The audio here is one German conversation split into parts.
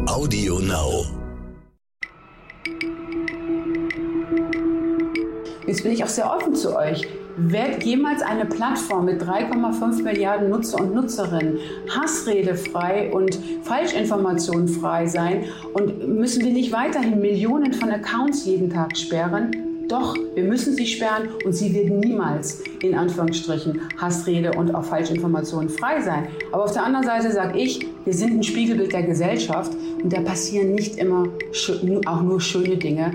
Audio Now. Jetzt bin ich auch sehr offen zu euch. Wird jemals eine Plattform mit 3,5 Milliarden Nutzer und Nutzerinnen hassredefrei und falschinformationenfrei sein? Und müssen wir nicht weiterhin Millionen von Accounts jeden Tag sperren? Doch, wir müssen sie sperren und sie werden niemals, in Anführungsstrichen, Hassrede und auch Falschinformationen frei sein. Aber auf der anderen Seite sage ich, wir sind ein Spiegelbild der Gesellschaft und da passieren nicht immer auch nur schöne Dinge.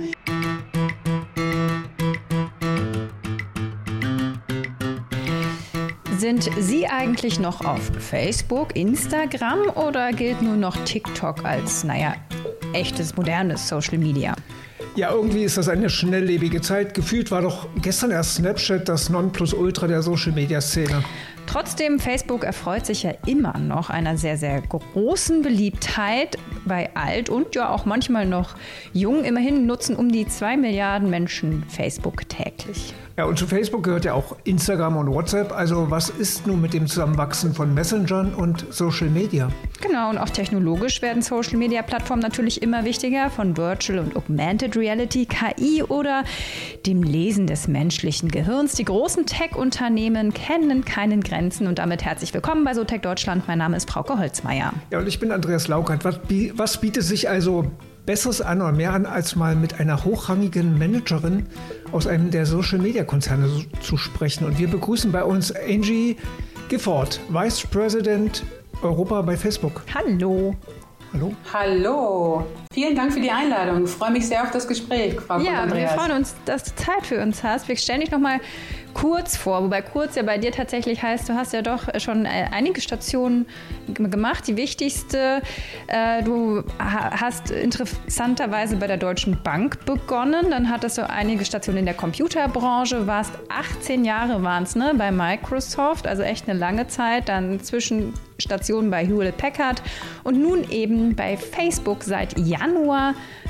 Sind Sie eigentlich noch auf Facebook, Instagram oder gilt nur noch TikTok als, echtes, modernes Social Media? Ja, irgendwie ist das eine schnelllebige Zeit. Gefühlt war doch gestern erst Snapchat das Nonplusultra der Social-Media-Szene. Trotzdem, Facebook erfreut sich ja immer noch einer sehr, sehr großen Beliebtheit bei alt und ja auch manchmal noch jung. Immerhin nutzen um die 2 Milliarden Menschen Facebook täglich. Ja, und zu Facebook gehört ja auch Instagram und WhatsApp. Also was ist nun mit dem Zusammenwachsen von Messengern und Social Media? Genau, und auch technologisch werden Social-Media-Plattformen natürlich immer wichtiger, von Virtual und Augmented Reality, KI oder dem Lesen des menschlichen Gehirns. Die großen Tech-Unternehmen kennen keinen Grenzen und damit herzlich willkommen bei SoTech Deutschland. Mein Name ist Frauke Holzmeier. Ja, und ich bin Andreas Laukert. Was bietet sich also Besseres an oder mehr an, als mal mit einer hochrangigen Managerin aus einem der Social-Media-Konzerne zu sprechen? Und wir begrüßen bei uns Angie Gifford, Vice President Europa bei Facebook. Hallo. Hallo. Hallo. Vielen Dank für die Einladung. Ich freue mich sehr auf das Gespräch, Frau Ja, Andreas. wir freuen uns, dass du Zeit für uns hast. Wir stellen dich noch mal kurz vor, wobei kurz ja bei dir tatsächlich heißt, du hast ja doch schon einige Stationen gemacht. Die wichtigste, du hast interessanterweise bei der Deutschen Bank begonnen, dann hattest du einige Stationen in der Computerbranche, warst 18 Jahre waren es, ne, bei Microsoft, also echt eine lange Zeit, dann Zwischenstationen bei Hewlett Packard und nun eben bei Facebook seit Januar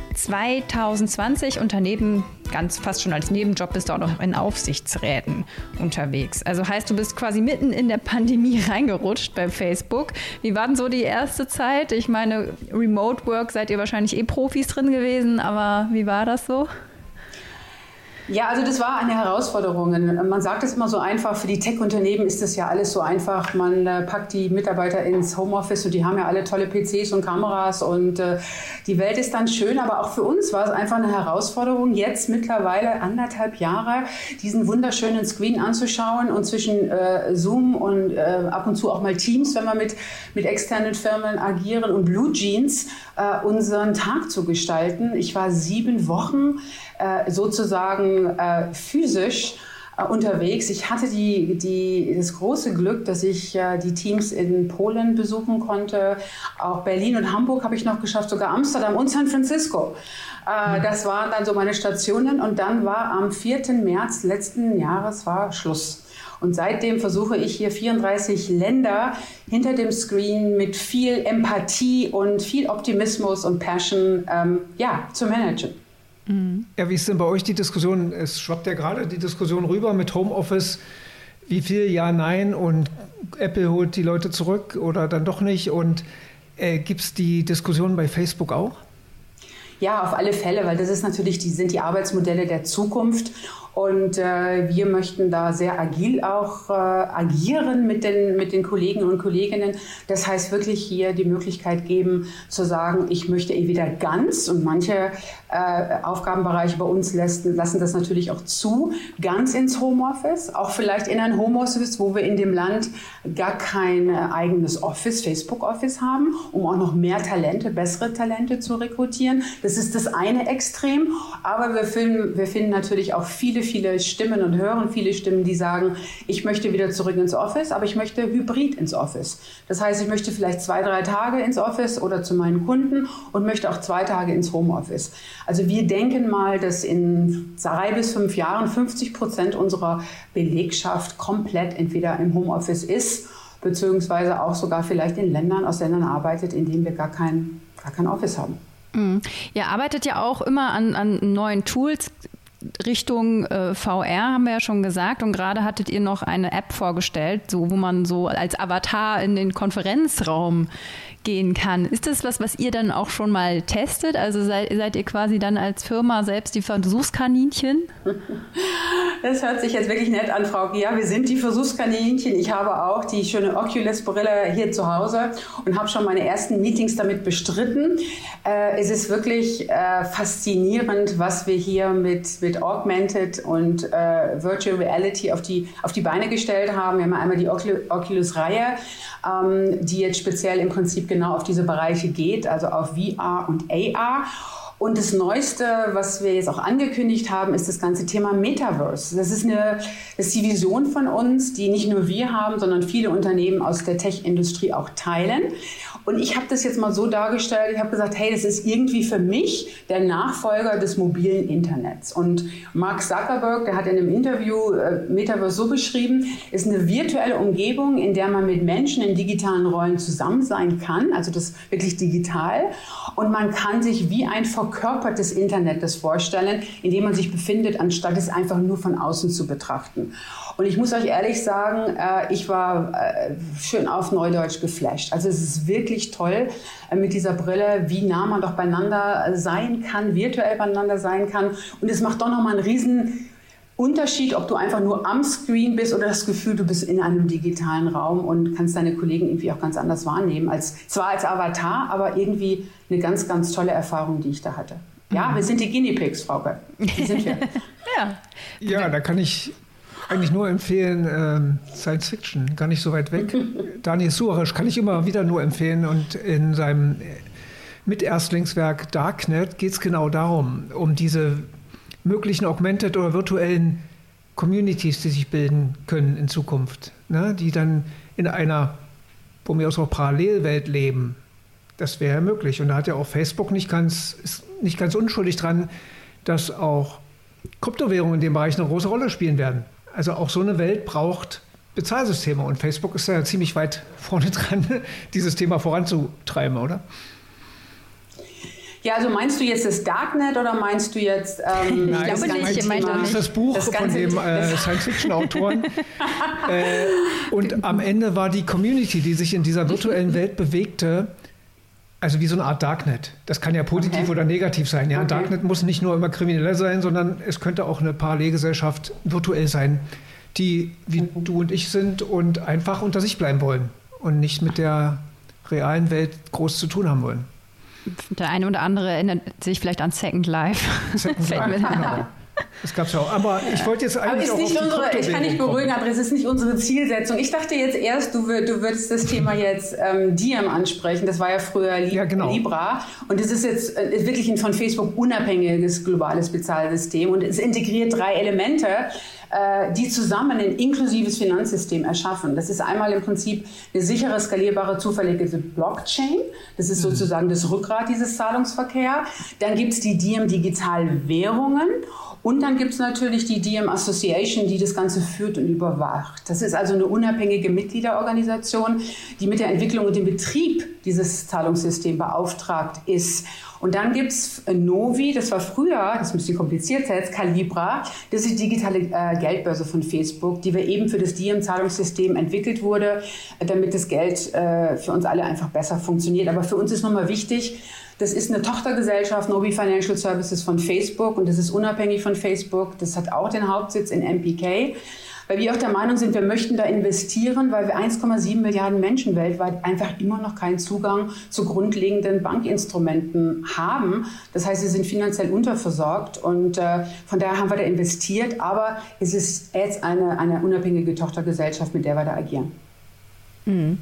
2020 und daneben, ganz fast schon als Nebenjob, bist du auch noch in Aufsichtsräten unterwegs. Also heißt, du bist quasi mitten in der Pandemie reingerutscht bei Facebook. Wie war denn so die erste Zeit? Ich meine, Remote Work seid ihr wahrscheinlich Profis drin gewesen, aber wie war das so? Ja, also das war eine Herausforderung. Man sagt es immer so einfach, für die Tech-Unternehmen ist das ja alles so einfach. Man packt die Mitarbeiter ins Homeoffice und die haben ja alle tolle PCs und Kameras und die Welt ist dann schön. Aber auch für uns war es einfach eine Herausforderung, jetzt mittlerweile 1,5 Jahre diesen wunderschönen Screen anzuschauen und zwischen Zoom und ab und zu auch mal Teams, wenn wir mit externen Firmen agieren und Blue Jeans unseren Tag zu gestalten. Ich war 7 Wochen sozusagen physisch unterwegs. Ich hatte das große Glück, dass ich die Teams in Polen besuchen konnte. Auch Berlin und Hamburg habe ich noch geschafft, sogar Amsterdam und San Francisco. Das waren dann so meine Stationen. Und dann war am 4. März letzten Jahres war Schluss. Und seitdem versuche ich hier 34 Länder hinter dem Screen mit viel Empathie und viel Optimismus und Passion zu managen. Ja, wie ist denn bei euch die Diskussion? Es schwappt ja gerade die Diskussion rüber mit Homeoffice. Wie viel Ja, Nein und Apple holt die Leute zurück oder dann doch nicht? Und gibt es die Diskussion bei Facebook auch? Ja, auf alle Fälle, weil das ist natürlich, sind die Arbeitsmodelle der Zukunft. Und wir möchten da sehr agil auch agieren mit den Kollegen und Kolleginnen. Das heißt wirklich hier die Möglichkeit geben zu sagen, ich möchte entweder ganz, und manche Aufgabenbereiche bei uns lassen das natürlich auch zu, ganz ins Homeoffice, auch vielleicht in ein Homeoffice, wo wir in dem Land gar kein eigenes Office, Facebook-Office haben, um auch noch mehr Talente, bessere Talente zu rekrutieren. Das ist das eine Extrem, aber wir finden natürlich auch viele Stimmen und hören viele Stimmen, die sagen, ich möchte wieder zurück ins Office, aber ich möchte hybrid ins Office. Das heißt, ich möchte vielleicht 2-3 Tage ins Office oder zu meinen Kunden und möchte auch 2 Tage ins Homeoffice. Also wir denken mal, dass in 3 bis 5 Jahren 50% unserer Belegschaft komplett entweder im Homeoffice ist, beziehungsweise auch sogar vielleicht aus Ländern arbeitet, in denen wir gar kein Office haben. Ihr arbeitet ja auch immer an neuen Tools. Richtung VR haben wir ja schon gesagt und gerade hattet ihr noch eine App vorgestellt, so, wo man so als Avatar in den Konferenzraum gehen kann. Ist das was ihr dann auch schon mal testet? Also seid ihr quasi dann als Firma selbst die Versuchskaninchen? Das hört sich jetzt wirklich nett an, Frauke. Ja, wir sind die Versuchskaninchen. Ich habe auch die schöne Oculus-Brille hier zu Hause und habe schon meine ersten Meetings damit bestritten. Es ist wirklich faszinierend, was wir hier mit Augmented und Virtual Reality auf die Beine gestellt haben. Wir haben einmal die Oculus-Reihe, die jetzt speziell im Prinzip genau auf diese Bereiche geht, also auf VR und AR. Und das Neueste, was wir jetzt auch angekündigt haben, ist das ganze Thema Metaverse. Das ist die Vision von uns, die nicht nur wir haben, sondern viele Unternehmen aus der Tech-Industrie auch teilen. Und ich habe das jetzt mal so dargestellt, ich habe gesagt, hey, das ist irgendwie für mich der Nachfolger des mobilen Internets. Und Mark Zuckerberg, der hat in einem Interview Metaverse so beschrieben, ist eine virtuelle Umgebung, in der man mit Menschen in digitalen Rollen zusammen sein kann, also das wirklich digital. Und man kann sich wie ein verkörpertes Internet das vorstellen, in dem man sich befindet, anstatt es einfach nur von außen zu betrachten. Und ich muss euch ehrlich sagen, ich war schön auf Neudeutsch geflasht. Also es ist wirklich toll mit dieser Brille, wie nah man doch beieinander sein kann, virtuell beieinander sein kann. Und es macht doch nochmal einen riesen Unterschied, ob du einfach nur am Screen bist oder das Gefühl, du bist in einem digitalen Raum und kannst deine Kollegen irgendwie auch ganz anders wahrnehmen. Zwar als Avatar, aber irgendwie eine ganz, ganz tolle Erfahrung, die ich da hatte. Ja, wir sind die Guinea Pigs, Frauke. Die sind wir. Ja, da kann ich eigentlich nur empfehlen, Science Fiction, gar nicht so weit weg. Daniel Suarez kann ich immer wieder nur empfehlen und in seinem Miterstlingswerk Darknet geht es genau darum, um diese möglichen augmented oder virtuellen Communities, die sich bilden können in Zukunft, ne, die dann in einer, von mir aus auch Parallelwelt leben. Das wäre möglich. Und da hat ja auch Facebook ist nicht ganz unschuldig dran, dass auch Kryptowährungen in dem Bereich eine große Rolle spielen werden. Also auch so eine Welt braucht Bezahlsysteme. Und Facebook ist ja ziemlich weit vorne dran, dieses Thema voranzutreiben, oder? Ja, also meinst du jetzt das Darknet oder meinst du jetzt Nein, ich glaube nicht. Ich meine das Buch von dem Science-Fiction-Autoren. Und am Ende war die Community, die sich in dieser virtuellen Welt bewegte, also wie so eine Art Darknet. Das kann ja positiv oder negativ sein. Ja? Darknet muss nicht nur immer kriminell sein, sondern es könnte auch eine Parallelgesellschaft virtuell sein, die wie du und ich sind und einfach unter sich bleiben wollen und nicht mit der realen Welt groß zu tun haben wollen. Der eine oder andere erinnert sich vielleicht an Second Life. Second Life, genau. Das gab es ja auch. Aber ich wollte jetzt eigentlich auch ich kann dich beruhigen, André, es ist nicht unsere Zielsetzung. Ich dachte jetzt erst, du würdest das Thema jetzt Diem ansprechen. Das war ja früher Libra. Und das ist jetzt wirklich ein von Facebook unabhängiges globales Bezahlsystem. Und es integriert 3 Elemente, die zusammen ein inklusives Finanzsystem erschaffen. Das ist einmal im Prinzip eine sichere, skalierbare, zuverlässige Blockchain. Das ist sozusagen das Rückgrat dieses Zahlungsverkehrs. Dann gibt es die Diem Digitalwährungen. Und dann gibt es natürlich die Diem Association, die das Ganze führt und überwacht. Das ist also eine unabhängige Mitgliederorganisation, die mit der Entwicklung und dem Betrieb dieses Zahlungssystems beauftragt ist. Und dann gibt es Novi, das war früher, das ist ein bisschen kompliziert jetzt, Calibra, das ist die digitale Geldbörse von Facebook, die wir eben für das Diem-Zahlungssystem entwickelt wurde, damit das Geld für uns alle einfach besser funktioniert. Aber für uns ist nochmal wichtig, das ist eine Tochtergesellschaft, Novi Financial Services von Facebook und das ist unabhängig von Facebook. Das hat auch den Hauptsitz in MPK, weil wir auch der Meinung sind, wir möchten da investieren, weil wir 1,7 Milliarden Menschen weltweit einfach immer noch keinen Zugang zu grundlegenden Bankinstrumenten haben. Das heißt, sie sind finanziell unterversorgt und von daher haben wir da investiert, aber es ist jetzt eine unabhängige Tochtergesellschaft, mit der wir da agieren. Mhm.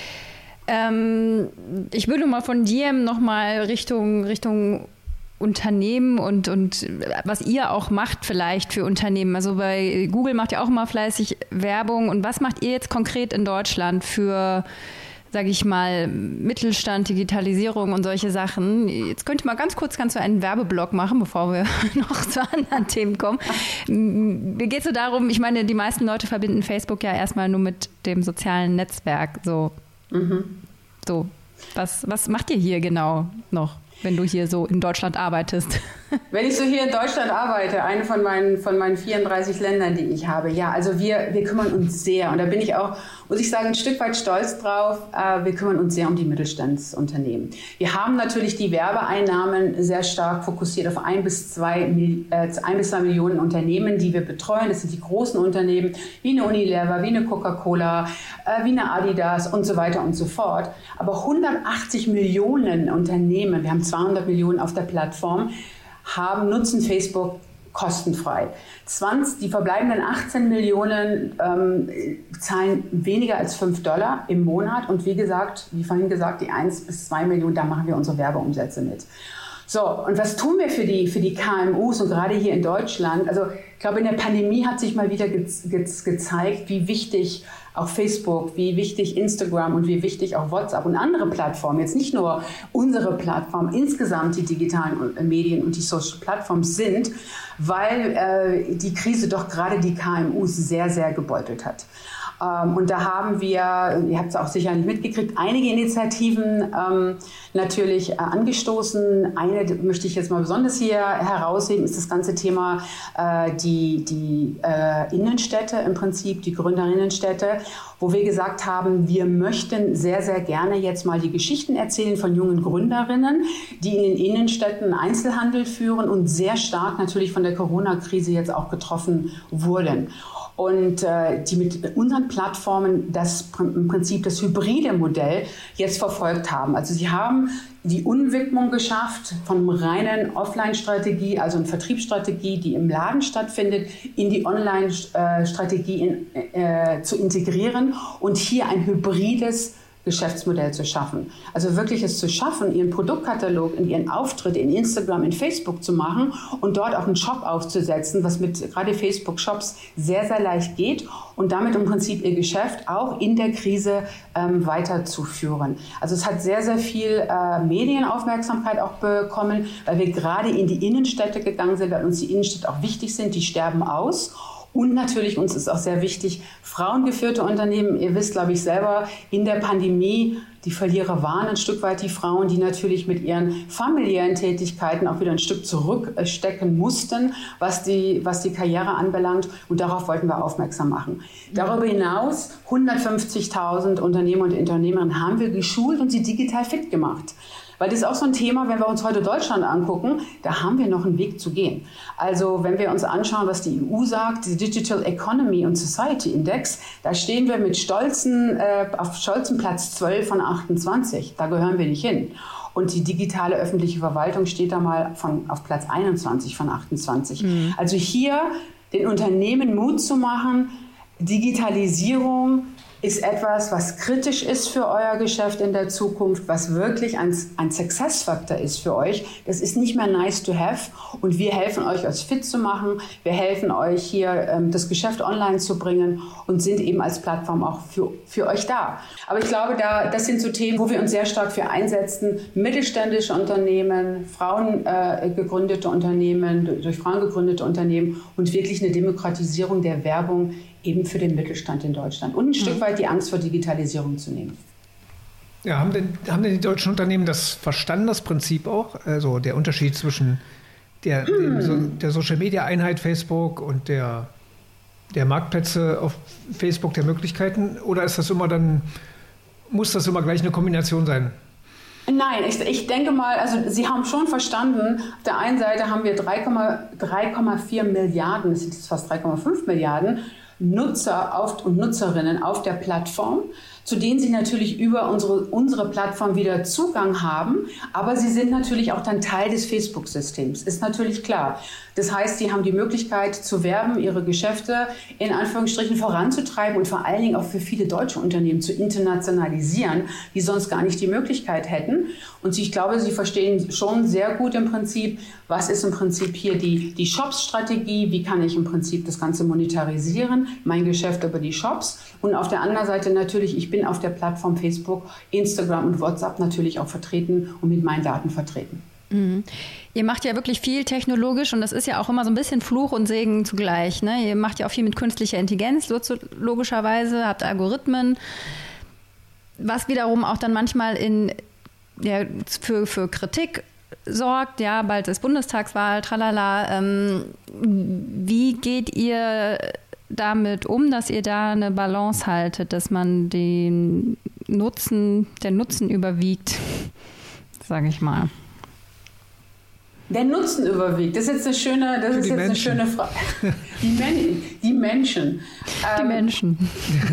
Ich würde mal von Diem nochmal Richtung Unternehmen und was ihr auch macht vielleicht für Unternehmen. Also bei Google macht ihr auch immer fleißig Werbung. Und was macht ihr jetzt konkret in Deutschland für, sage ich mal, Mittelstand, Digitalisierung und solche Sachen? Jetzt kannst du einen Werbeblock machen, bevor wir noch zu anderen Themen kommen. Mir geht es so darum, ich meine, die meisten Leute verbinden Facebook ja erstmal nur mit dem sozialen Netzwerk. So, was macht ihr hier genau noch? wenn du hier so in Deutschland arbeitest? Wenn ich so hier in Deutschland arbeite, eine von meinen 34 Ländern, die ich habe, ja, also wir kümmern uns sehr, und da bin ich auch, muss ich sagen, ein Stück weit stolz drauf, wir kümmern uns sehr um die Mittelstandsunternehmen. Wir haben natürlich die Werbeeinnahmen sehr stark fokussiert auf 1 bis 2 Millionen Unternehmen, die wir betreuen. Das sind die großen Unternehmen, wie eine Unilever, wie eine Coca-Cola, wie eine Adidas und so weiter und so fort. Aber 180 Millionen Unternehmen, wir haben 200 Millionen auf der Plattform, nutzen Facebook kostenfrei. Die verbleibenden 18 Millionen zahlen weniger als $5 im Monat. Und wie vorhin gesagt, die 1 bis 2 Millionen, da machen wir unsere Werbeumsätze mit. So, und was tun wir für die KMUs und gerade hier in Deutschland? Also ich glaube, in der Pandemie hat sich mal wieder gezeigt, wie wichtig auch Facebook, wie wichtig Instagram und wie wichtig auch WhatsApp und andere Plattformen, jetzt nicht nur unsere Plattform, insgesamt die digitalen Medien und die Social Plattforms sind, weil die Krise doch gerade die KMUs sehr, sehr gebeutelt hat. Und da haben wir, ihr habt es auch sicherlich mitgekriegt, einige Initiativen natürlich angestoßen. Eine möchte ich jetzt mal besonders hier herausheben, ist das ganze Thema die Innenstädte im Prinzip, die Gründerinnenstädte, wo wir gesagt haben, wir möchten sehr, sehr gerne jetzt mal die Geschichten erzählen von jungen Gründerinnen, die in den Innenstädten Einzelhandel führen und sehr stark natürlich von der Corona-Krise jetzt auch getroffen wurden. Und die mit unseren Plattformen im Prinzip das hybride Modell jetzt verfolgt haben. Also sie haben die Umwidmung geschafft von reinen Offline-Strategie, also eine Vertriebsstrategie, die im Laden stattfindet, in die Online-Strategie zu integrieren und hier ein hybrides Geschäftsmodell zu schaffen. Also wirklich es zu schaffen, ihren Produktkatalog, in ihren Auftritt in Instagram, in Facebook zu machen und dort auch einen Shop aufzusetzen, was mit gerade Facebook-Shops sehr, sehr leicht geht und damit im Prinzip ihr Geschäft auch in der Krise weiterzuführen. Also es hat sehr, sehr viel Medienaufmerksamkeit auch bekommen, weil wir gerade in die Innenstädte gegangen sind, weil uns die Innenstädte auch wichtig sind, die sterben aus. Und natürlich, uns ist auch sehr wichtig, frauengeführte Unternehmen. Ihr wisst, glaube ich, selber, in der Pandemie, die Verlierer waren ein Stück weit die Frauen, die natürlich mit ihren familiären Tätigkeiten auch wieder ein Stück zurückstecken mussten, was die Karriere anbelangt. Und darauf wollten wir aufmerksam machen. Darüber hinaus 150.000 Unternehmer und Unternehmerinnen haben wir geschult und sie digital fit gemacht. Weil das ist auch so ein Thema, wenn wir uns heute Deutschland angucken, da haben wir noch einen Weg zu gehen. Also wenn wir uns anschauen, was die EU sagt, die Digital Economy und Society Index, da stehen wir mit auf stolzen Platz 12 von 28. Da gehören wir nicht hin. Und die digitale öffentliche Verwaltung steht da mal auf Platz 21 von 28. Also hier den Unternehmen Mut zu machen, Digitalisierung ist etwas, was kritisch ist für euer Geschäft in der Zukunft, was wirklich ein Success-Factor ist für euch. Das ist nicht mehr nice to have und wir helfen euch, euch fit zu machen. Wir helfen euch hier, das Geschäft online zu bringen und sind eben als Plattform auch für euch da. Aber ich glaube, das sind so Themen, wo wir uns sehr stark für einsetzen. Mittelständische Unternehmen, gegründete Unternehmen, durch Frauen gegründete Unternehmen und wirklich eine Demokratisierung der Werbung eben für den Mittelstand in Deutschland und ein Stück weit die Angst vor Digitalisierung zu nehmen. Ja, haben denn die deutschen Unternehmen das verstanden, das Prinzip auch? Also der Unterschied zwischen der Social-Media-Einheit Facebook und der Marktplätze auf Facebook, der Möglichkeiten? Oder ist das muss das immer gleich eine Kombination sein? Nein, ich denke mal, also Sie haben schon verstanden, auf der einen Seite haben wir 3,4 Milliarden, das sind jetzt fast 3,5 Milliarden, Nutzer und Nutzerinnen auf der Plattform, zu denen sie natürlich über unsere Plattform wieder Zugang haben, aber sie sind natürlich auch dann Teil des Facebook-Systems, ist natürlich klar. Das heißt, sie haben die Möglichkeit zu werben, ihre Geschäfte in Anführungsstrichen voranzutreiben und vor allen Dingen auch für viele deutsche Unternehmen zu internationalisieren, die sonst gar nicht die Möglichkeit hätten. Und ich glaube, sie verstehen schon sehr gut im Prinzip, was ist im Prinzip hier die Shops-Strategie, wie kann ich im Prinzip das Ganze monetarisieren, mein Geschäft über die Shops. Und auf der anderen Seite natürlich, ich bin auf der Plattform Facebook, Instagram und WhatsApp natürlich auch vertreten und mit meinen Daten vertreten. Mhm. Ihr macht ja wirklich viel technologisch und das ist ja auch immer so ein bisschen Fluch und Segen zugleich. Ne? Ihr macht ja auch viel mit künstlicher Intelligenz, logischerweise, habt Algorithmen, was wiederum auch dann manchmal für Kritik sorgt. Ja, bald ist Bundestagswahl, tralala. Wie geht ihr damit um, dass ihr da eine Balance haltet, dass man der Nutzen überwiegt, sage ich mal? Der Nutzen überwiegt. Das ist jetzt eine schöne Frage. Die Menschen. Die Menschen.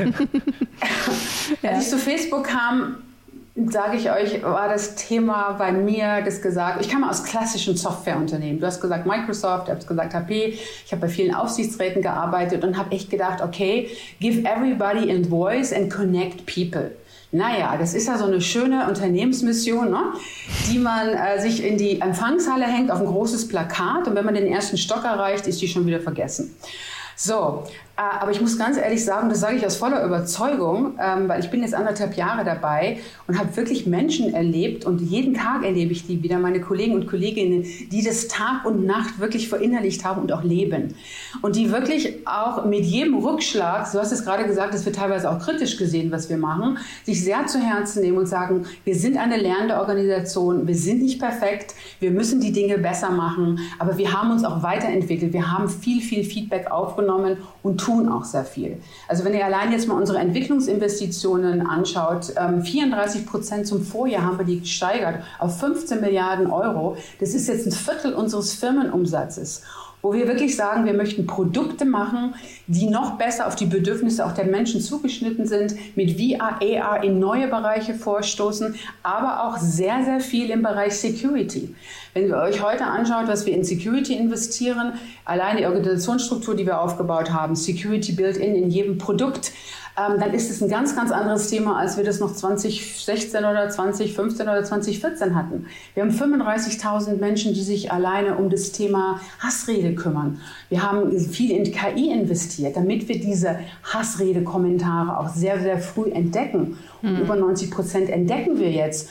Als ich zu Facebook kam, sage ich euch, war das Thema bei mir, ich kam aus klassischen Softwareunternehmen. Du hast gesagt Microsoft, du hast gesagt HP. Ich habe bei vielen Aufsichtsräten gearbeitet und habe echt gedacht, okay, give everybody a voice and connect people. Naja, das ist ja so eine schöne Unternehmensmission, ne? Die man sich in die Empfangshalle hängt auf ein großes Plakat und wenn man den ersten Stock erreicht, ist die schon wieder vergessen. So, aber ich muss ganz ehrlich sagen, das sage ich aus voller Überzeugung, weil ich bin jetzt 1,5 Jahre dabei und habe wirklich Menschen erlebt und jeden Tag erlebe ich die wieder, meine Kollegen und Kolleginnen, die das Tag und Nacht wirklich verinnerlicht haben und auch leben. Und die wirklich auch mit jedem Rückschlag, du hast es gerade gesagt, es wird teilweise auch kritisch gesehen, was wir machen, sich sehr zu Herzen nehmen und sagen, wir sind eine lernende Organisation, wir sind nicht perfekt, wir müssen die Dinge besser machen, aber wir haben uns auch weiterentwickelt, wir haben viel Feedback aufgenommen und tun auch sehr viel. Also wenn ihr allein jetzt mal unsere Entwicklungsinvestitionen anschaut, 34% zum Vorjahr haben wir die gesteigert auf 15 Milliarden Euro. Das ist jetzt 1/4 unseres Firmenumsatzes, wo wir wirklich sagen, wir möchten Produkte machen, die noch besser auf die Bedürfnisse auch der Menschen zugeschnitten sind, mit VR, AR in neue Bereiche vorstoßen, aber auch sehr, sehr viel im Bereich Security. Wenn ihr euch heute anschaut, was wir in Security investieren, allein die Organisationsstruktur, die wir aufgebaut haben, Security built-in in jedem Produkt, dann ist es ein ganz anderes Thema, als wir das noch 2016 oder 2015 oder 2014 hatten. Wir haben 35.000 Menschen, die sich alleine um das Thema Hassrede kümmern. Wir haben viel in KI investiert, damit wir diese Hassrede-Kommentare auch sehr, sehr früh entdecken. Und über 90% entdecken wir jetzt,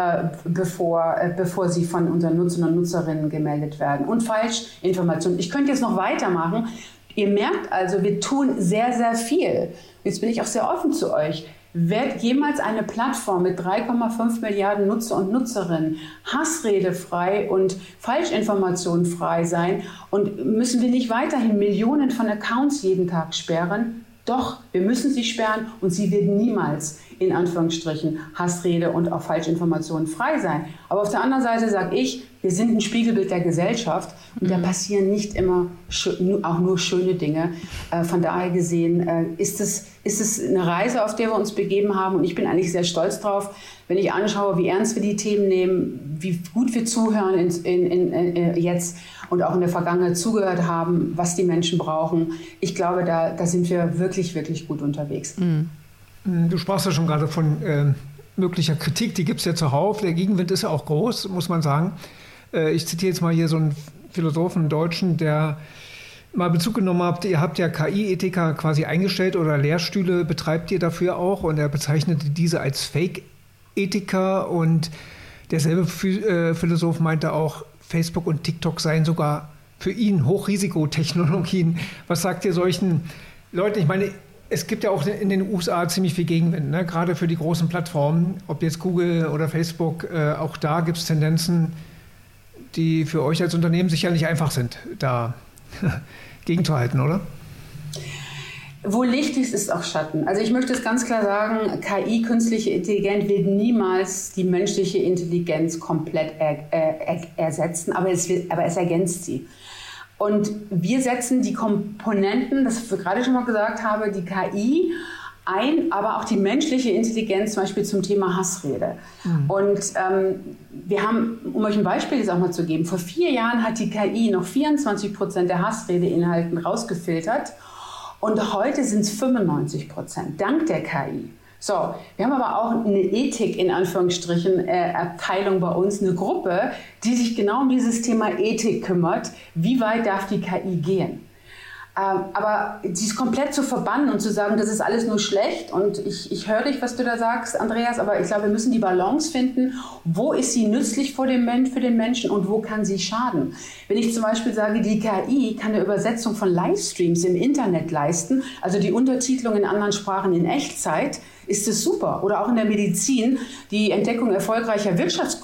bevor sie von unseren Nutzern und Nutzerinnen gemeldet werden. Und Falschinformationen. Ich könnte jetzt noch weitermachen. Ihr merkt also, wir tun sehr, sehr viel. Jetzt bin ich auch sehr offen zu euch. Wird jemals eine Plattform mit 3,5 Milliarden Nutzer und Nutzerinnen hassredefrei und falschinformationenfrei sein? Und müssen wir nicht weiterhin Millionen von Accounts jeden Tag sperren? Doch, wir müssen sie sperren und sie werden niemals, in Anführungsstrichen, Hassrede und auch Falschinformationen frei sein. Aber auf der anderen Seite sage ich, wir sind ein Spiegelbild der Gesellschaft und da passieren nicht immer auch nur schöne Dinge. Von daher gesehen ist es eine Reise, auf der wir uns begeben haben und ich bin eigentlich sehr stolz drauf, wenn ich anschaue, wie ernst wir die Themen nehmen, wie gut wir zuhören jetzt und auch in der Vergangenheit zugehört haben, was die Menschen brauchen. Ich glaube, da sind wir wirklich, wirklich gut unterwegs. Du sprachst ja schon gerade von möglicher Kritik, die gibt es ja zuhauf. Der Gegenwind ist ja auch groß, muss man sagen. Ich zitiere jetzt mal hier so einen Philosophen, einen Deutschen, der mal Bezug genommen hat, ihr habt ja KI-Ethiker quasi eingestellt oder Lehrstühle betreibt ihr dafür auch und er bezeichnete diese als Fake-Ethiker und derselbe Philosoph meinte auch, Facebook und TikTok seien sogar für ihn Hochrisikotechnologien. Was sagt ihr solchen Leuten? Ich meine, es gibt ja auch in den USA ziemlich viel Gegenwind, ne? Gerade für die großen Plattformen, ob jetzt Google oder Facebook, auch da gibt es Tendenzen, die für euch als Unternehmen sicher nicht einfach sind, da gegenzuhalten, oder? Wo Licht ist, ist auch Schatten. Also ich möchte es ganz klar sagen, KI, künstliche Intelligenz, wird niemals die menschliche Intelligenz komplett ersetzen, aber es ergänzt sie. Und wir setzen die Komponenten, das ich gerade schon mal gesagt habe, die KI ein, aber auch die menschliche Intelligenz, zum Beispiel zum Thema Hassrede. Und wir haben, um euch ein Beispiel jetzt auch mal zu geben, vor 4 Jahren hat die KI noch 24% der Hassredeinhalten rausgefiltert und heute sind es 95%, dank der KI. So, wir haben aber auch eine Ethik, in Anführungsstrichen, Abteilung bei uns, eine Gruppe, die sich genau um dieses Thema Ethik kümmert. Wie weit darf die KI gehen? Aber sie ist komplett zu verbannen und zu sagen, das ist alles nur schlecht und ich höre dich, was du da sagst, Andreas, aber ich glaube, wir müssen die Balance finden, wo ist sie nützlich für den Menschen und wo kann sie schaden. Wenn ich zum Beispiel sage, die KI kann eine Übersetzung von Livestreams im Internet leisten, also die Untertitelung in anderen Sprachen in Echtzeit, ist es super. Oder auch in der Medizin die Entdeckung erfolgreicher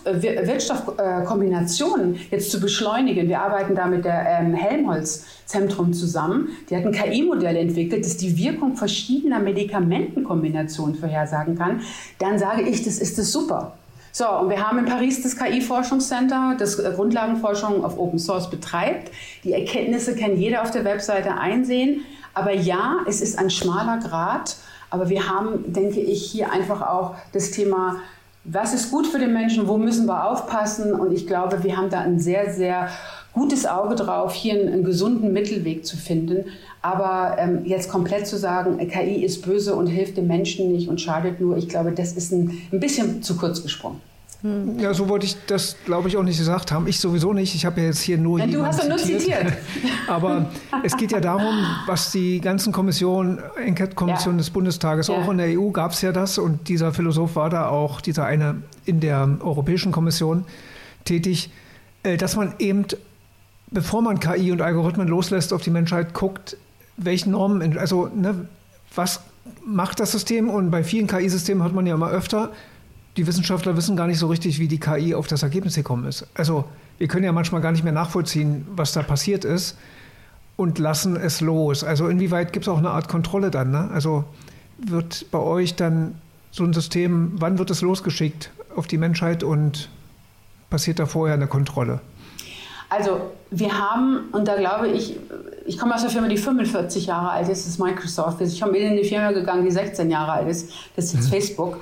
Wirkstoffkombinationen jetzt zu beschleunigen. Wir arbeiten da mit der Helmholtz-Zentrum zusammen. Die hat ein KI-Modell entwickelt, das die Wirkung verschiedener Medikamentenkombinationen vorhersagen kann. Dann sage ich, das ist es super. So, und wir haben in Paris das KI-Forschungscenter, das Grundlagenforschung auf Open Source betreibt. Die Erkenntnisse kann jeder auf der Webseite einsehen. Aber ja, es ist ein schmaler Grat. Aber wir haben, denke ich, hier einfach auch das Thema, was ist gut für den Menschen, wo müssen wir aufpassen? Und ich glaube, wir haben da ein sehr, sehr gutes Auge drauf, hier einen gesunden Mittelweg zu finden. Aber jetzt komplett zu sagen, KI ist böse und hilft dem Menschen nicht und schadet nur, ich glaube, das ist ein bisschen zu kurz gesprungen. Ja, so wollte ich das, glaube ich, auch nicht gesagt haben. Ich sowieso nicht. Ich habe ja jetzt hier nur Du hast ja nur zitiert. Aber es geht ja darum, was die ganzen Kommissionen, Enquete-Kommission des Bundestages, auch in der EU gab es ja das. Und dieser Philosoph war da auch, dieser eine in der Europäischen Kommission tätig, dass man eben, bevor man KI und Algorithmen loslässt, auf die Menschheit guckt, welche Normen, also was macht das System? Und bei vielen KI-Systemen hat man ja immer öfter, die Wissenschaftler wissen gar nicht so richtig, wie die KI auf das Ergebnis gekommen ist. Also wir können ja manchmal gar nicht mehr nachvollziehen, was da passiert ist und lassen es los. Also inwieweit gibt es auch eine Art Kontrolle dann? Ne? Also wird bei euch dann so ein System, wann wird es losgeschickt auf die Menschheit und passiert da vorher eine Kontrolle? Also wir haben, und da glaube ich komme aus einer Firma, die 45 Jahre alt ist, das ist Microsoft. Ich bin in eine Firma gegangen, die 16 Jahre alt ist, das ist jetzt Facebook.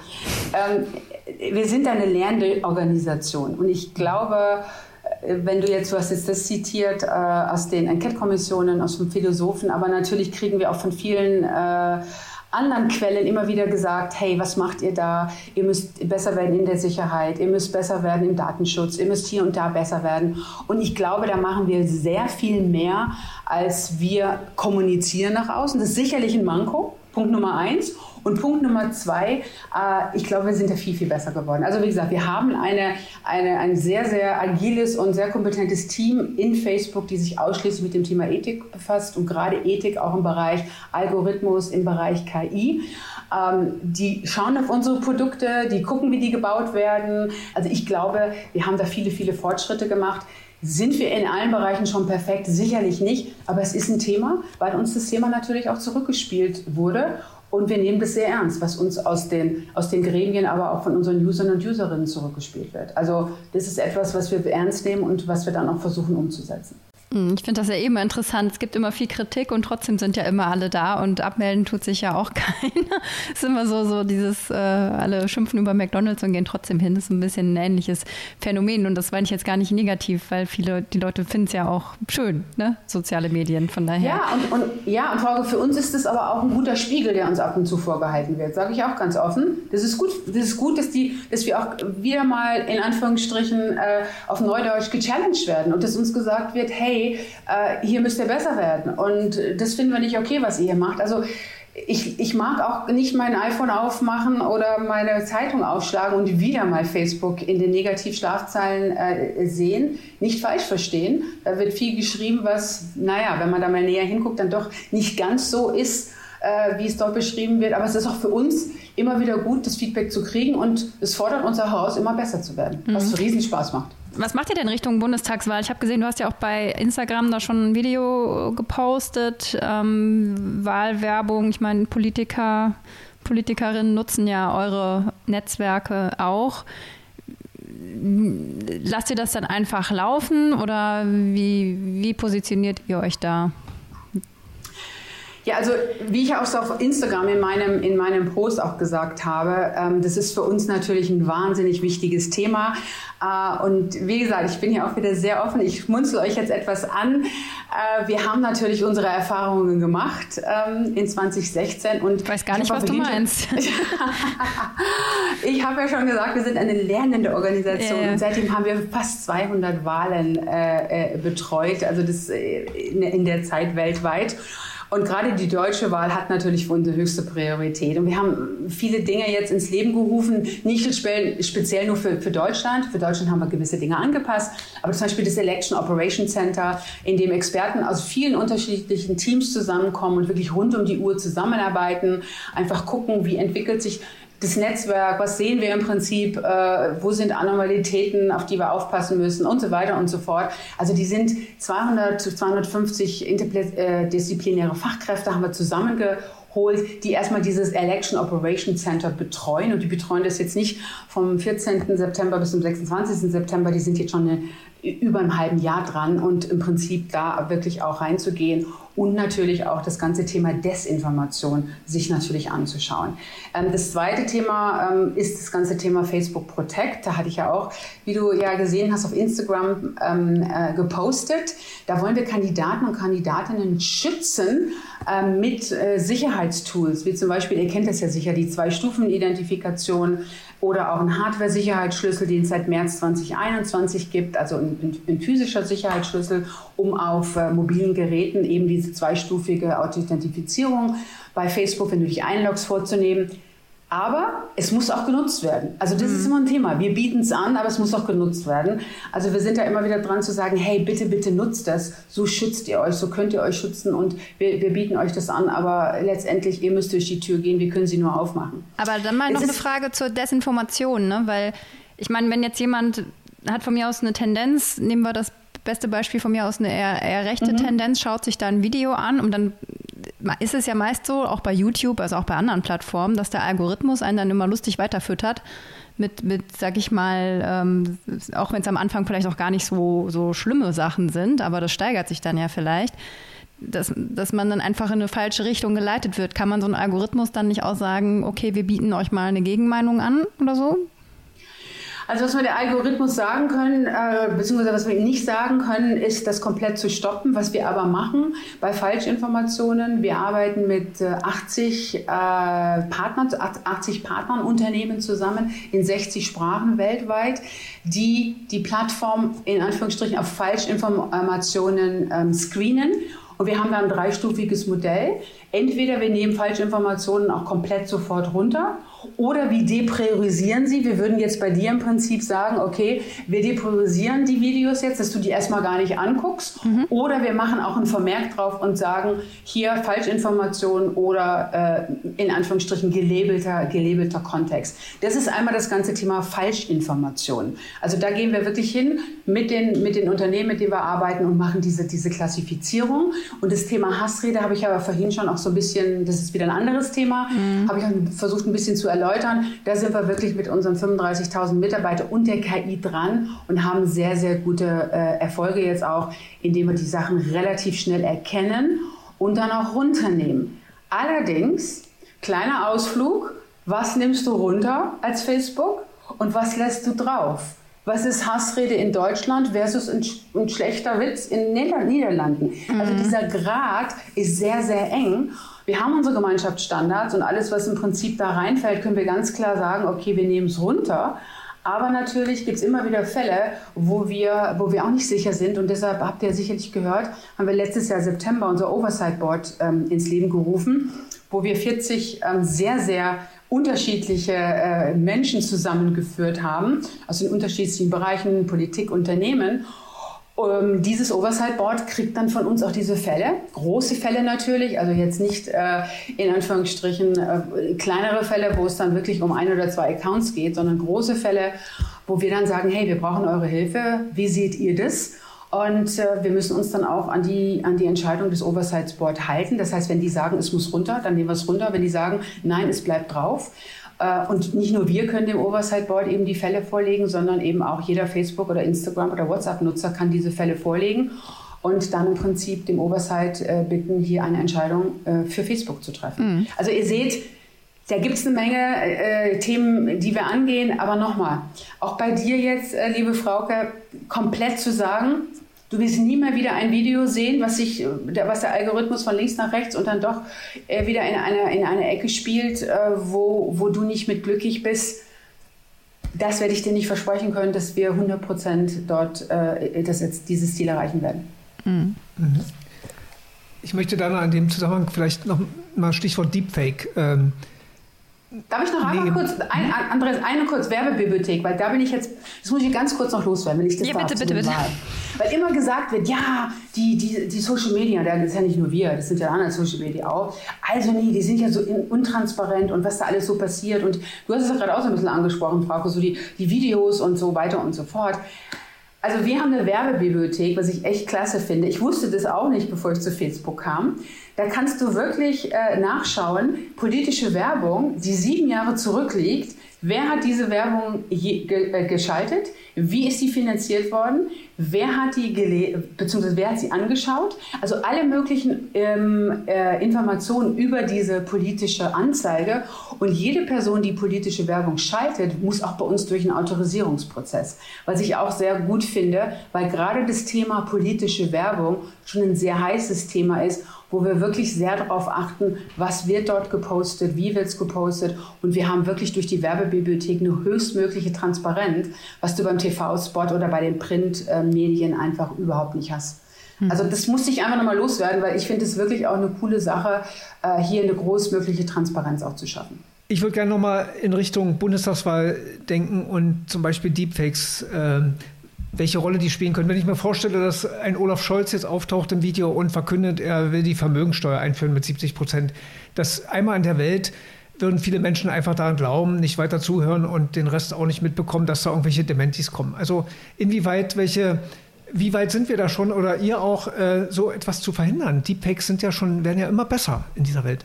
Wir sind eine lernende Organisation und ich glaube, wenn du hast jetzt das zitiert aus den Enquete-Kommissionen, aus den Philosophen, aber natürlich kriegen wir auch von vielen anderen Quellen immer wieder gesagt, hey, was macht ihr da? Ihr müsst besser werden in der Sicherheit, ihr müsst besser werden im Datenschutz, ihr müsst hier und da besser werden. Und ich glaube, da machen wir sehr viel mehr, als wir kommunizieren nach außen. Das ist sicherlich ein Manko, Punkt Nummer 1. Und Punkt Nummer 2, ich glaube, wir sind da viel, viel besser geworden. Also wie gesagt, wir haben ein sehr, sehr agiles und sehr kompetentes Team in Facebook, die sich ausschließlich mit dem Thema Ethik befasst und gerade Ethik auch im Bereich Algorithmus, im Bereich KI. Die schauen auf unsere Produkte, die gucken, wie die gebaut werden. Also ich glaube, wir haben da viele, viele Fortschritte gemacht. Sind wir in allen Bereichen schon perfekt? Sicherlich nicht, aber es ist ein Thema, weil uns das Thema natürlich auch zurückgespielt wurde. Und wir nehmen das sehr ernst, was uns aus den Gremien, aber auch von unseren Usern und Userinnen zurückgespielt wird. Also das ist etwas, was wir ernst nehmen und was wir dann auch versuchen umzusetzen. Ich finde das ja immer interessant. Es gibt immer viel Kritik und trotzdem sind ja immer alle da und abmelden tut sich ja auch keiner. Es ist immer so dieses, alle schimpfen über McDonald's und gehen trotzdem hin. Das ist ein bisschen ein ähnliches Phänomen und das meine ich jetzt gar nicht negativ, weil die Leute finden es ja auch schön, ne? Soziale Medien, von daher. Ja, und Frau, für uns ist es aber auch ein guter Spiegel, der uns ab und zu vorgehalten wird, sage ich auch ganz offen. Das ist gut, dass wir auch wieder mal in Anführungsstrichen auf Neudeutsch gechallenged werden und dass uns gesagt wird, hey, hier müsst ihr besser werden. Und das finden wir nicht okay, was ihr hier macht. Also ich mag auch nicht mein iPhone aufmachen oder meine Zeitung aufschlagen und wieder mal Facebook in den Negativschlagzeilen sehen. Nicht falsch verstehen. Da wird viel geschrieben, was, wenn man da mal näher hinguckt, dann doch nicht ganz so ist, wie es dort beschrieben wird. Aber es ist auch für uns immer wieder gut, das Feedback zu kriegen und es fordert uns auch heraus, immer besser zu werden, was riesen Spaß macht. Was macht ihr denn Richtung Bundestagswahl? Ich habe gesehen, du hast ja auch bei Instagram da schon ein Video gepostet, Wahlwerbung. Ich meine, Politikerinnen nutzen ja eure Netzwerke auch. Lasst ihr das dann einfach laufen oder wie positioniert ihr euch da? Ja, also wie ich auch so auf Instagram in meinem Post auch gesagt habe, das ist für uns natürlich ein wahnsinnig wichtiges Thema. Und wie gesagt, ich bin hier auch wieder sehr offen. Ich schmunzel euch jetzt etwas an. Wir haben natürlich unsere Erfahrungen gemacht in 2016. Und ich weiß gar nicht, was du meinst. Ich habe ja schon gesagt, wir sind eine lernende Organisation. Und seitdem haben wir fast 200 Wahlen betreut, also das in der Zeit weltweit. Und gerade die deutsche Wahl hat natürlich für uns eine höchste Priorität. Und wir haben viele Dinge jetzt ins Leben gerufen, nicht speziell nur für Deutschland. Für Deutschland haben wir gewisse Dinge angepasst. Aber zum Beispiel das Election Operation Center, in dem Experten aus vielen unterschiedlichen Teams zusammenkommen und wirklich rund um die Uhr zusammenarbeiten. Einfach gucken, wie entwickelt sich das Netzwerk, was sehen wir im Prinzip, wo sind Anomalitäten, auf die wir aufpassen müssen und so weiter und so fort. Also die sind 250 interdisziplinäre Fachkräfte haben wir zusammengeholt, die erstmal dieses Election Operation Center betreuen. Und die betreuen das jetzt nicht vom 14. September bis zum 26. September, die sind jetzt schon über einem halben Jahr dran und im Prinzip da wirklich auch reinzugehen und natürlich auch das ganze Thema Desinformation sich natürlich anzuschauen. Das zweite Thema ist das ganze Thema Facebook Protect. Da hatte ich ja auch, wie du ja gesehen hast, auf Instagram gepostet. Da wollen wir Kandidaten und Kandidatinnen schützen mit Sicherheitstools, wie zum Beispiel, ihr kennt das ja sicher, die 2-Stufen-Identifikation oder auch ein Hardware-Sicherheitsschlüssel, den es seit März 2021 gibt, also ein physischer Sicherheitsschlüssel, um auf mobilen Geräten eben diese 2-stufige Authentifizierung bei Facebook, wenn du dich einloggst, vorzunehmen. Aber es muss auch genutzt werden. Also das ist immer ein Thema. Wir bieten es an, aber es muss auch genutzt werden. Also wir sind da immer wieder dran zu sagen, hey, bitte, bitte nutzt das. So schützt ihr euch, so könnt ihr euch schützen und wir bieten euch das an. Aber letztendlich, ihr müsst durch die Tür gehen, wir können sie nur aufmachen. Aber dann mal noch eine Frage zur Desinformation, ne? Weil ich meine, wenn jetzt jemand hat von mir aus eine Tendenz, nehmen wir das beste Beispiel von mir aus, eine eher rechte Tendenz, schaut sich da ein Video an und dann ist es ja meist so, auch bei YouTube, also auch bei anderen Plattformen, dass der Algorithmus einen dann immer lustig weiterfüttert mit sag ich mal, auch wenn es am Anfang vielleicht auch gar nicht so schlimme Sachen sind, aber das steigert sich dann ja vielleicht, dass man dann einfach in eine falsche Richtung geleitet wird. Kann man so einen Algorithmus dann nicht auch sagen, okay, wir bieten euch mal eine Gegenmeinung an oder so? Also was wir der Algorithmus sagen können, beziehungsweise was wir ihm nicht sagen können, ist, das komplett zu stoppen. Was wir aber machen bei Falschinformationen, wir arbeiten mit 80 Partnern, Unternehmen zusammen in 60 Sprachen weltweit, die Plattform in Anführungsstrichen auf Falschinformationen screenen. Und wir haben da ein 3-stufiges Modell. Entweder wir nehmen Falschinformationen auch komplett sofort runter oder wir depriorisieren sie. Wir würden jetzt bei dir im Prinzip sagen, okay, wir depriorisieren die Videos jetzt, dass du die erstmal gar nicht anguckst. Oder wir machen auch ein Vermerk drauf und sagen, hier Falschinformation oder in Anführungsstrichen gelabelter Kontext. Das ist einmal das ganze Thema Falschinformation. Also da gehen wir wirklich hin mit den Unternehmen, mit denen wir arbeiten und machen diese Klassifizierung. Und das Thema Hassrede habe ich aber vorhin schon auch so ein bisschen, das ist wieder ein anderes Thema, habe ich versucht ein bisschen zu erläutern. Da sind wir wirklich mit unseren 35.000 Mitarbeitern und der KI dran und haben sehr, sehr gute Erfolge jetzt auch, indem wir die Sachen relativ schnell erkennen und dann auch runternehmen. Allerdings, kleiner Ausflug, was nimmst du runter als Facebook und was lässt du drauf? Was ist Hassrede in Deutschland versus ein schlechter Witz in Niederlanden? Also dieser Grad ist sehr, sehr eng. Wir haben unsere Gemeinschaftsstandards und alles, was im Prinzip da reinfällt, können wir ganz klar sagen, okay, wir nehmen es runter. Aber natürlich gibt es immer wieder Fälle, wo wir auch nicht sicher sind. Und deshalb, habt ihr sicherlich gehört, haben wir letztes Jahr September unser Oversight Board ins Leben gerufen, wo wir 40 sehr, sehr unterschiedliche Menschen zusammengeführt haben, aus den unterschiedlichen Bereichen, Politik, Unternehmen. Dieses Oversight Board kriegt dann von uns auch diese Fälle, große Fälle natürlich, also jetzt nicht in Anführungsstrichen kleinere Fälle, wo es dann wirklich um 1 oder 2 Accounts geht, sondern große Fälle, wo wir dann sagen, hey, wir brauchen eure Hilfe, wie seht ihr das? Und wir müssen uns dann auch an die Entscheidung des Oversight Board halten. Das heißt, wenn die sagen, es muss runter, dann nehmen wir es runter. Wenn die sagen, nein, es bleibt drauf. Und nicht nur wir können dem Oversight Board eben die Fälle vorlegen, sondern eben auch jeder Facebook- oder Instagram- oder WhatsApp-Nutzer kann diese Fälle vorlegen und dann im Prinzip dem Oversight bitten, hier eine Entscheidung für Facebook zu treffen. Also ihr seht, da gibt es eine Menge Themen, die wir angehen. Aber nochmal, auch bei dir jetzt, liebe Frauke, komplett zu sagen, du wirst nie mehr wieder ein Video sehen, was der Algorithmus von links nach rechts und dann doch wieder in eine Ecke spielt, wo du nicht mit glücklich bist. Das werde ich dir nicht versprechen können, dass wir 100% dort dieses Ziel erreichen werden. Ich möchte dann an dem Zusammenhang vielleicht noch mal Stichwort Deepfake. Darf ich noch einmal kurz, Andreas, eine kurz Werbebibliothek, weil da bin ich jetzt, das muss ich ganz kurz noch loswerden, wenn ich das darf. Bitte. Weil immer gesagt wird, ja, die Social Media, das ist ja nicht nur wir, das sind ja andere Social Media auch. Also nee, die sind ja so untransparent und was da alles so passiert. Und du hast es ja gerade auch so ein bisschen angesprochen, Frauke, so die Videos und so weiter und so fort. Also wir haben eine Werbebibliothek, was ich echt klasse finde. Ich wusste das auch nicht, bevor ich zu Facebook kam. Da kannst du wirklich nachschauen, politische Werbung, die 7 Jahre zurückliegt. Wer hat diese Werbung geschaltet? Wie ist die finanziert worden? Wer hat die beziehungsweise wer hat sie angeschaut? Also alle möglichen Informationen über diese politische Anzeige. Und jede Person, die politische Werbung schaltet, muss auch bei uns durch einen Autorisierungsprozess. Was ich auch sehr gut finde, weil gerade das Thema politische Werbung schon ein sehr heißes Thema ist, wo wir wirklich sehr darauf achten, was wird dort gepostet, wie wird es gepostet. Und wir haben wirklich durch die Werbebibliothek eine höchstmögliche Transparenz, was du beim TV-Spot oder bei den Printmedien einfach überhaupt nicht hast. Also das musste ich einfach nochmal loswerden, weil ich finde es wirklich auch eine coole Sache, hier eine großmögliche Transparenz auch zu schaffen. Ich würde gerne nochmal in Richtung Bundestagswahl denken und zum Beispiel Deepfakes, welche Rolle die spielen können. Wenn ich mir vorstelle, dass ein Olaf Scholz jetzt auftaucht im Video und verkündet, er will die Vermögensteuer einführen mit 70%, dass einmal in der Welt würden viele Menschen einfach daran glauben, nicht weiter zuhören und den Rest auch nicht mitbekommen, dass da irgendwelche Dementis kommen. Also wie weit sind wir da schon oder ihr auch, so etwas zu verhindern? Deepfakes werden ja immer besser in dieser Welt.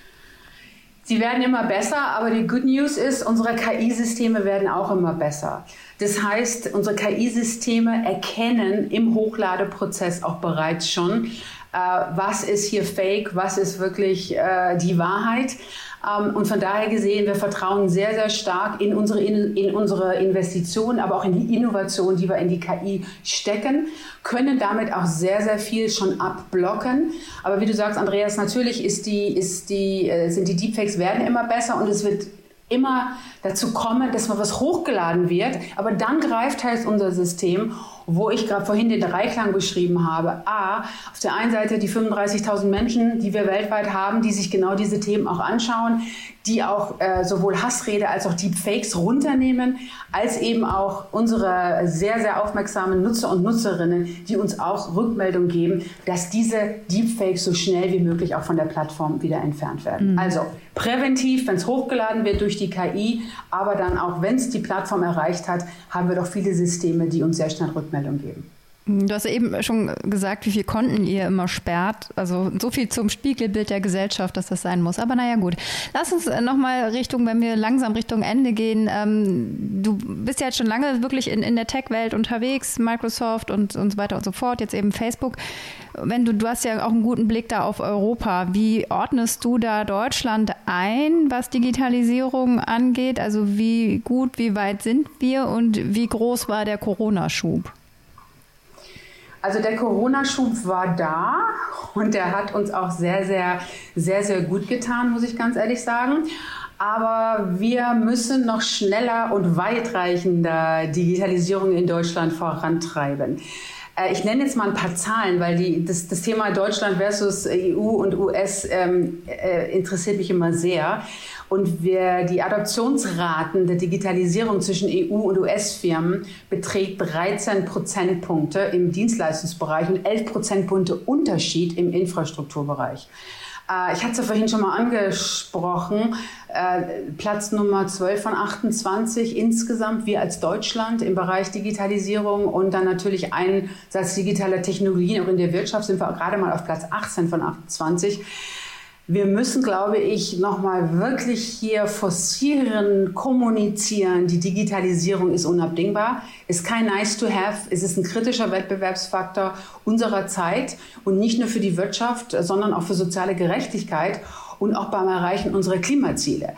Sie werden immer besser, aber die Good News ist, unsere KI-Systeme werden auch immer besser. Das heißt, unsere KI-Systeme erkennen im Hochladeprozess auch bereits schon, was ist hier Fake, was ist wirklich die Wahrheit. Und von daher gesehen, wir vertrauen sehr, sehr stark in unsere Investitionen, aber auch in die Innovation, die wir in die KI stecken, können damit auch sehr, sehr viel schon abblocken. Aber wie du sagst, Andreas, natürlich sind die Deepfakes werden immer besser und es wird immer dazu kommen, dass mal was hochgeladen wird, aber dann greift halt unser System, wo ich gerade vorhin den Dreiklang beschrieben habe. Auf der einen Seite die 35.000 Menschen, die wir weltweit haben, die sich genau diese Themen auch anschauen, die auch sowohl Hassrede als auch Deepfakes runternehmen, als eben auch unsere sehr, sehr aufmerksamen Nutzer und Nutzerinnen, die uns auch Rückmeldung geben, dass diese Deepfakes so schnell wie möglich auch von der Plattform wieder entfernt werden. Mhm. Also präventiv, wenn es hochgeladen wird durch die KI, aber dann auch, wenn es die Plattform erreicht hat, haben wir doch viele Systeme, die uns sehr schnell Rückmeldung geben. Du hast ja eben schon gesagt, wie viel Konten ihr immer sperrt. Also so viel zum Spiegelbild der Gesellschaft, dass das sein muss. Aber naja, gut. Lass uns nochmal wenn wir langsam Richtung Ende gehen. Du bist ja jetzt schon lange wirklich in der Tech-Welt unterwegs, Microsoft und so weiter und so fort, jetzt eben Facebook. Du hast ja auch einen guten Blick da auf Europa. Wie ordnest du da Deutschland ein, was Digitalisierung angeht? Also wie weit sind wir und wie groß war der Corona-Schub? Also der Corona-Schub war da und der hat uns auch sehr, sehr, sehr, sehr gut getan, muss ich ganz ehrlich sagen. Aber wir müssen noch schneller und weitreichender Digitalisierung in Deutschland vorantreiben. Ich nenne jetzt mal ein paar Zahlen, weil das Thema Deutschland versus EU und US interessiert mich immer sehr. Und die Adoptionsraten der Digitalisierung zwischen EU- und US-Firmen beträgt 13 Prozentpunkte im Dienstleistungsbereich und 11 Prozentpunkte Unterschied im Infrastrukturbereich. Ich hatte es ja vorhin schon mal angesprochen, Platz Nummer 12 von 28 insgesamt, wir als Deutschland im Bereich Digitalisierung und dann natürlich Einsatz digitaler Technologien auch in der Wirtschaft sind wir auch gerade mal auf Platz 18 von 28. Wir müssen, glaube ich, nochmal wirklich hier forcieren, kommunizieren. Die Digitalisierung ist unabdingbar, ist kein nice to have, es ist ein kritischer Wettbewerbsfaktor unserer Zeit und nicht nur für die Wirtschaft, sondern auch für soziale Gerechtigkeit und auch beim Erreichen unserer Klimaziele.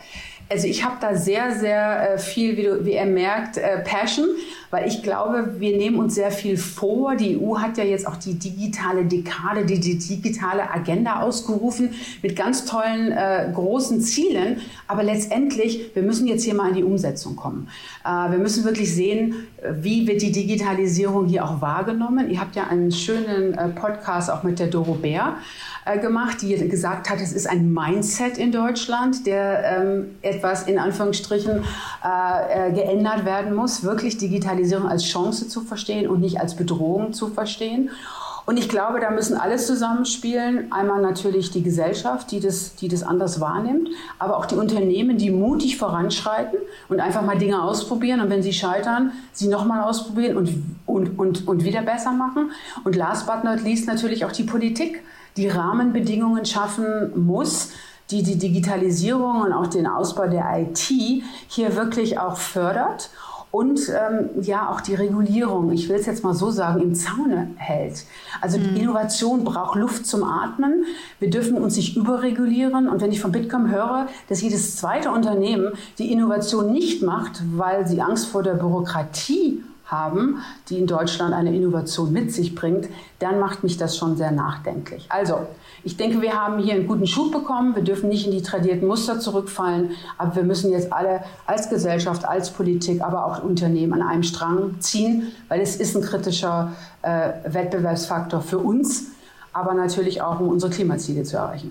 Also ich habe da sehr, sehr viel, wie ihr merkt, Passion, weil ich glaube, wir nehmen uns sehr viel vor. Die EU hat ja jetzt auch die digitale Dekade, die digitale Agenda ausgerufen mit ganz tollen, großen Zielen. Aber letztendlich, wir müssen jetzt hier mal in die Umsetzung kommen. Wir müssen wirklich sehen, wie wird die Digitalisierung hier auch wahrgenommen. Ihr habt ja einen schönen Podcast auch mit der Doro Bär gemacht, die gesagt hat, es ist ein Mindset in Deutschland, der etwas in Anführungsstrichen geändert werden muss, wirklich Digitalisierung als Chance zu verstehen und nicht als Bedrohung zu verstehen. Und ich glaube, da müssen alle zusammenspielen. Einmal natürlich die Gesellschaft, die das anders wahrnimmt, aber auch die Unternehmen, die mutig voranschreiten und einfach mal Dinge ausprobieren. Und wenn sie scheitern, sie nochmal ausprobieren und wieder besser machen. Und last but not least natürlich auch die Politik, die Rahmenbedingungen schaffen muss, die Digitalisierung und auch den Ausbau der IT hier wirklich auch fördert. Und auch die Regulierung, ich will es jetzt mal so sagen, im Zaune hält. Also die Innovation braucht Luft zum Atmen. Wir dürfen uns nicht überregulieren. Und wenn ich von Bitkom höre, dass jedes zweite Unternehmen die Innovation nicht macht, weil sie Angst vor der Bürokratie haben, die in Deutschland eine Innovation mit sich bringt, dann macht mich das schon sehr nachdenklich. Also, ich denke, wir haben hier einen guten Schub bekommen. Wir dürfen nicht in die tradierten Muster zurückfallen, aber wir müssen jetzt alle als Gesellschaft, als Politik, aber auch Unternehmen an einem Strang ziehen, weil es ist ein kritischer Wettbewerbsfaktor für uns, aber natürlich auch, um unsere Klimaziele zu erreichen.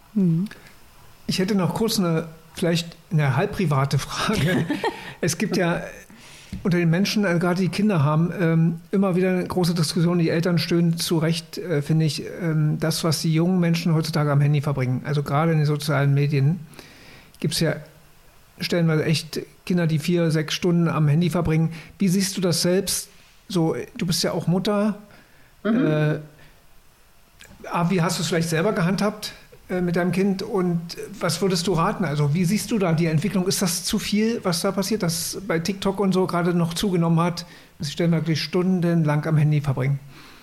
Ich hätte noch kurz vielleicht eine halb private Frage. Es gibt ja unter den Menschen, also gerade die Kinder haben, immer wieder eine große Diskussion. Die Eltern stöhnen zu Recht, finde ich, das, was die jungen Menschen heutzutage am Handy verbringen. Also gerade in den sozialen Medien gibt es ja stellenweise echt Kinder, die 4, 6 Stunden am Handy verbringen. Wie siehst du das selbst? So, du bist ja auch Mutter. Wie hast du es vielleicht selber gehandhabt mit deinem Kind und was würdest du raten? Also wie siehst du da die Entwicklung? Ist das zu viel, was da passiert, dass bei TikTok und so gerade noch zugenommen hat, dass die Stellen wirklich stundenlang am Handy verbringen?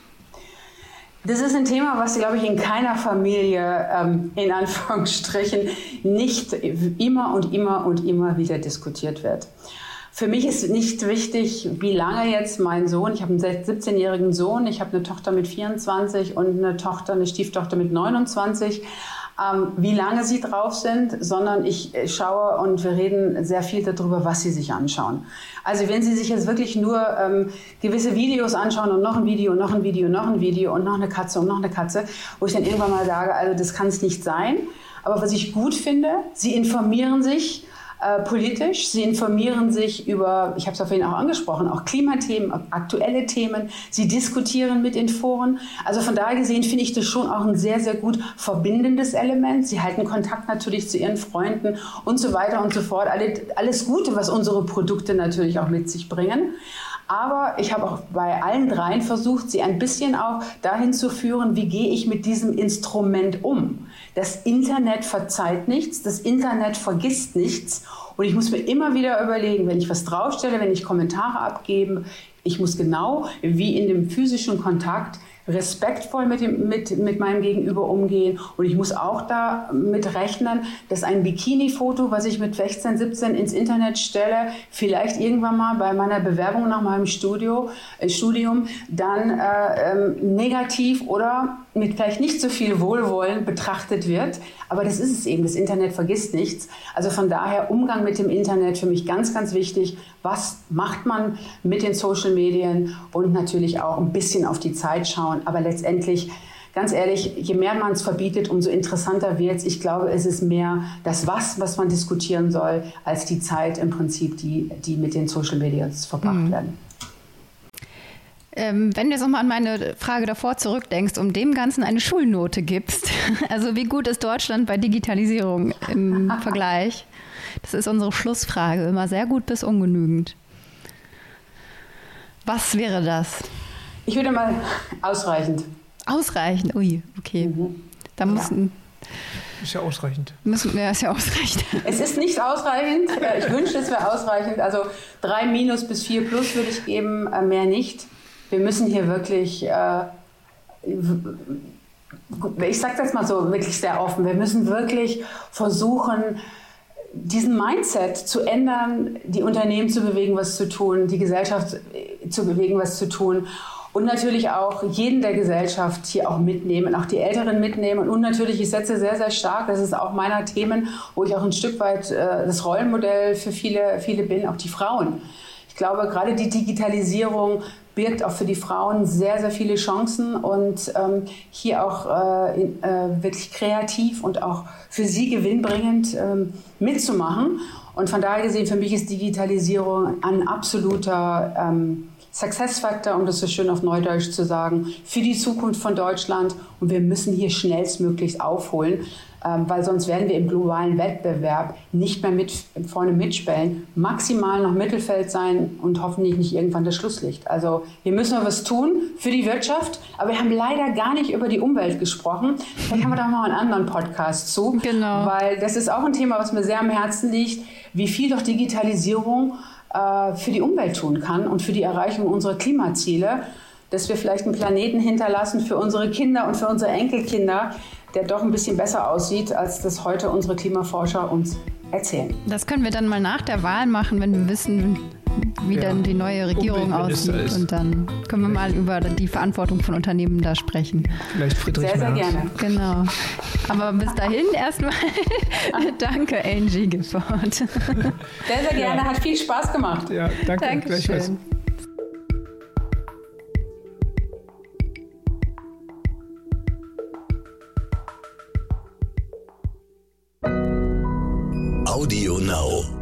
Das ist ein Thema, was, glaube ich, in keiner Familie, in Anführungsstrichen, nicht immer wieder diskutiert wird. Für mich ist nicht wichtig, wie lange jetzt mein Sohn, ich habe einen 17-jährigen Sohn, ich habe eine Tochter mit 24 und eine Stieftochter mit 29, wie lange sie drauf sind, sondern ich schaue und wir reden sehr viel darüber, was sie sich anschauen. Also wenn sie sich jetzt wirklich nur gewisse Videos anschauen und noch ein Video, noch ein Video, noch ein Video und noch eine Katze und noch eine Katze, wo ich dann irgendwann mal sage, also das kann es nicht sein. Aber was ich gut finde, sie informieren sich politisch, sie informieren sich über, ich habe es ja vorhin auch angesprochen, auch Klimathemen, aktuelle Themen, sie diskutieren mit in Foren. Also von daher gesehen finde ich das schon auch ein sehr, sehr gut verbindendes Element. Sie halten Kontakt natürlich zu ihren Freunden und so weiter und so fort. Alles Gute, was unsere Produkte natürlich auch mit sich bringen. Aber ich habe auch bei allen dreien versucht, sie ein bisschen auch dahin zu führen, wie gehe ich mit diesem Instrument um. Das Internet verzeiht nichts, das Internet vergisst nichts. Und ich muss mir immer wieder überlegen, wenn ich was draufstelle, wenn ich Kommentare abgebe, ich muss genau wie in dem physischen Kontakt respektvoll mit meinem Gegenüber umgehen. Und ich muss auch damit rechnen, dass ein Bikini-Foto, was ich mit 16, 17 ins Internet stelle, vielleicht irgendwann mal bei meiner Bewerbung nach meinem Studium dann negativ oder mit vielleicht nicht so viel Wohlwollen betrachtet wird. Aber das ist es eben. Das Internet vergisst nichts. Also von daher Umgang mit dem Internet für mich ganz, ganz wichtig. Was macht man mit den Social Medien und natürlich auch ein bisschen auf die Zeit schauen. Aber letztendlich, ganz ehrlich, je mehr man es verbietet, umso interessanter wird es. Ich glaube, es ist mehr das was man diskutieren soll, als die Zeit im Prinzip, die mit den Social Medias verbracht werden. Wenn du jetzt nochmal an meine Frage davor zurückdenkst, um dem Ganzen eine Schulnote gibst, also wie gut ist Deutschland bei Digitalisierung im Vergleich? Das ist unsere Schlussfrage, immer sehr gut bis ungenügend. Was wäre das? Ich würde mal ausreichend. Ausreichend? Ui, okay. Da mussten... Ist ja ausreichend. Ist ja ausreichend. Es ist nicht ausreichend. Ich wünschte, es wäre ausreichend. Also 3- bis 4+ würde ich geben, mehr nicht. Wir müssen hier wirklich, ich sage das mal so wirklich sehr offen, wir müssen wirklich versuchen, diesen Mindset zu ändern, die Unternehmen zu bewegen, was zu tun, die Gesellschaft zu bewegen, was zu tun. Und natürlich auch jeden der Gesellschaft hier auch mitnehmen, auch die Älteren mitnehmen. Und natürlich, ich setze sehr, sehr stark, das ist auch meiner Themen, wo ich auch ein Stück weit das Rollenmodell für viele bin, auch die Frauen. Ich glaube, gerade die Digitalisierung birgt auch für die Frauen sehr, sehr viele Chancen und hier auch wirklich kreativ und auch für sie gewinnbringend mitzumachen. Und von daher gesehen, für mich ist Digitalisierung ein absoluter Success Factor, um das so schön auf Neudeutsch zu sagen, für die Zukunft von Deutschland. Und wir müssen hier schnellstmöglich aufholen, weil sonst werden wir im globalen Wettbewerb nicht mehr vorne mitspielen, maximal noch Mittelfeld sein und hoffentlich nicht irgendwann das Schlusslicht. Also wir müssen noch was tun für die Wirtschaft, aber wir haben leider gar nicht über die Umwelt gesprochen. Vielleicht haben wir da mal einen anderen Podcast zu, weil das ist auch ein Thema, was mir sehr am Herzen liegt, wie viel doch Digitalisierung für die Umwelt tun kann und für die Erreichung unserer Klimaziele, dass wir vielleicht einen Planeten hinterlassen für unsere Kinder und für unsere Enkelkinder, der doch ein bisschen besser aussieht, als das heute unsere Klimaforscher uns erzählen. Das können wir dann mal nach der Wahl machen, wenn wir wissen, wie dann die neue Regierung aussieht. Und dann können wir mal über die Verantwortung von Unternehmen da sprechen. Vielleicht Friedrich Merz. Sehr, sehr gerne. Genau. Aber bis dahin erstmal danke, Angie Gifford. Sehr, sehr gerne. Hat viel Spaß gemacht. Ja, danke. Dankeschön. Audio Now.